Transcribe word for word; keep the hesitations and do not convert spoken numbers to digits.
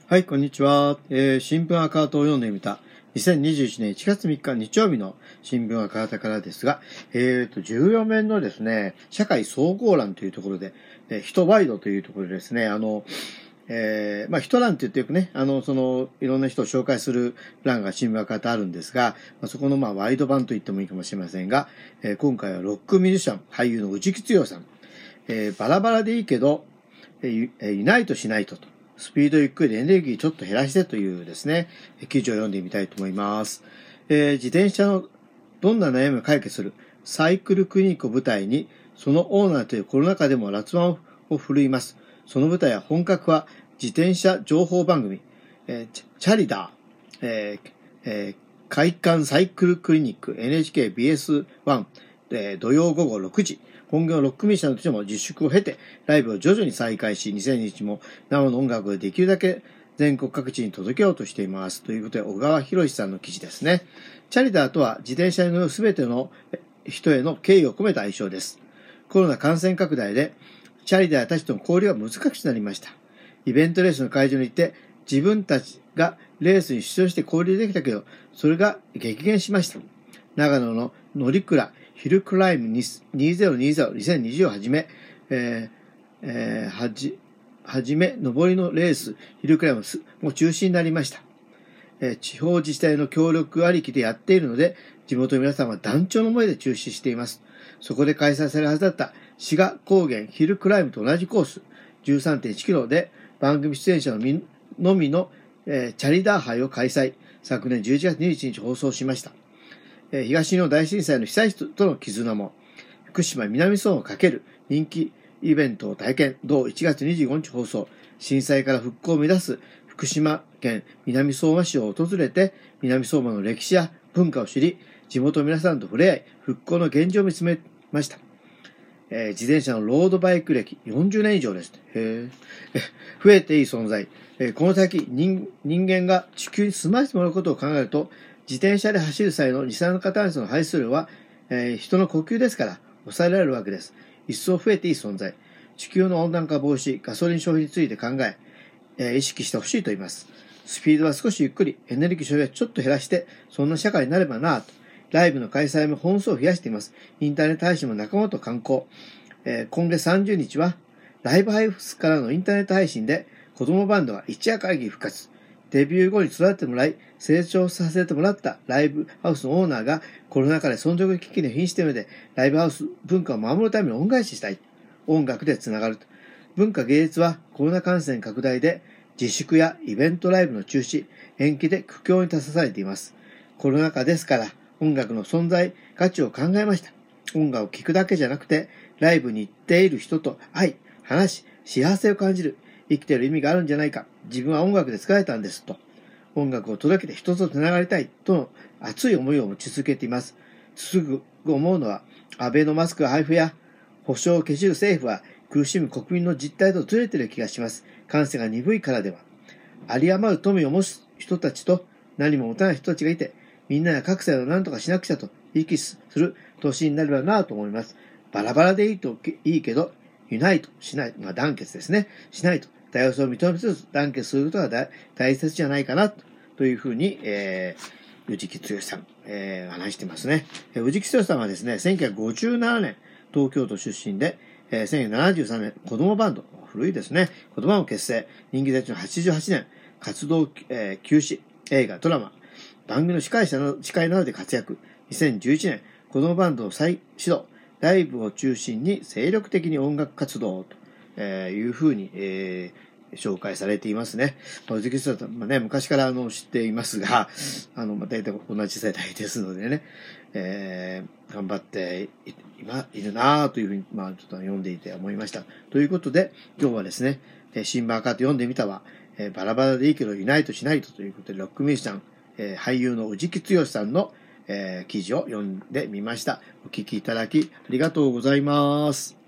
はい、こんにちは。えー、新聞赤旗を読んでみた。にせんにじゅういちねんいちがつみっか日曜日の新聞赤旗からですが、えーと、じゅうよんめんのですね、社会総合欄というところで、えー、人ワイドというところでですね、あの、えー、まあ、人欄って言ってよくね、あの、その、いろんな人を紹介する欄が新聞赤旗あるんですが、まあ、そこのまあ、ワイド版と言ってもいいかもしれませんが、えー、今回はロックミュージシャン、俳優の内木剛さん、えー、バラバラでいいけど、えー、ユナイトしないとと。スピードゆっくりでエネルギーちょっと減らしてというですね、記事を読んでみたいと思います。えー、自転車のどんな悩みを解決するサイクルクリニックを舞台に、そのオーナーというコロナ禍でも辣腕を振るいます。その舞台は本格は自転車情報番組、えー、チャリダー、えーえー、快感サイクルクリニック エヌエイチケービーエスワン、えー、土曜午後ろくじ、本業ロックミュージシャンとしても自粛を経て、ライブを徐々に再開し、にせんにじも生の音楽をできるだけ全国各地に届けようとしています。ということで、小川博さんの記事ですね。チャリダーとは自転車に乗るすべての人への敬意を込めた愛称です。コロナ感染拡大で、チャリダーたちとの交流が難しくなりました。イベントレースの会場に行って、自分たちがレースに出場して交流できたけど、それが激減しました。長野の乗鞍ヒルクライムにせんにじゅうにせんにじゅうをはじめ、えーえー、はじ、はじめ、上りのレース、ヒルクライムも中止になりました。えー、地方自治体の協力ありきでやっているので、地元の皆さんは団長の思いで中止しています。そこで開催されるはずだった志賀高原ヒルクライムと同じコース、じゅうさんてんいちキロで番組出演者のみのみの、えー、チャリダー杯を開催、昨年じゅういちがつにじゅういちにち放送しました。東日本大震災の被災地との絆も、福島南相馬をかける人気イベントを体験、同いちがつにじゅうごにち放送、震災から復興を目指す福島県南相馬市を訪れて、南相馬の歴史や文化を知り、地元の皆さんと触れ合い、復興の現状を見つめました。えー、自転車のロードバイク歴よんじゅうねん以上です。へえ増えていい存在。えー、この先人、人間が地球に住まわせてもらうことを考えると、自転車で走る際の二酸化炭素の排出量は、えー、人の呼吸ですから抑えられるわけです。一層増えていい存在。地球の温暖化防止、ガソリン消費について考え、えー、意識してほしいと言います。スピードは少しゆっくり、エネルギー消費はちょっと減らして、そんな社会になればなぁと。ライブの開催も本数を増やしています。インターネット配信も仲間と観光。えー、今月さんじゅうにちは、ライブハウスからのインターネット配信で、子供バンドは一夜会議復活。デビュー後に育ててもらい、成長させてもらったライブハウスのオーナーがコロナ禍で存続危機に瀕しているので、ライブハウス文化を守るために恩返ししたい。音楽でつながる。文化芸術はコロナ感染拡大で自粛やイベントライブの中止、延期で苦境に立たされています。コロナ禍ですから音楽の存在価値を考えました。音楽を聴くだけじゃなくて、ライブに行っている人と会い、話し、幸せを感じる。生きている意味があるんじゃないか。自分は音楽で疲れたんですと。音楽を届けて人とつながりたいとの熱い思いを持ち続けています。すぐ思うのは、安倍のマスク配布や保障をけじる政府は苦しむ国民の実態とずれている気がします。感性が鈍いからでは。有り余る富を持つ人たちと何も持たない人たちがいて、みんなが格差を何とかしなくちゃと意識する年になればなぁと思います。バラバラでいいといいけど、ユナイトしない、まあ団結ですね。しないと。多様性を認めつつ団結することが大切じゃないかなというふうに、えー、内木剛さん、えー、話してますね。えー、内木剛さんはですね、せんきゅうひゃくごじゅうななねん東京都出身で、えー、せんきゅうひゃくななじゅうさんねん子供バンド、古いですね、子供バンドを結成、人気絶頂のはちじゅうはちねん活動、えー、休止、映画、ドラマ、番組の司会者の司会などで活躍、にせんじゅういちねん子供バンドを再始動、ライブを中心に精力的に音楽活動と、えー、いうふうに、えー紹介されていますね。まあ、内木さんはね、昔からあの知っていますが、あの、まあ、大体同じ世代ですのでね、えー、頑張ってい、今、いるなぁというふうに、まあ、ちょっと読んでいて思いました。ということで、今日はですね、新聞赤と読んでみたは、えー、バラバラでいいけど、ユナイトしないとということで、ロックミュージシャン、えー、俳優の内木剛さんの、えー、記事を読んでみました。お聞きいただき、ありがとうございます。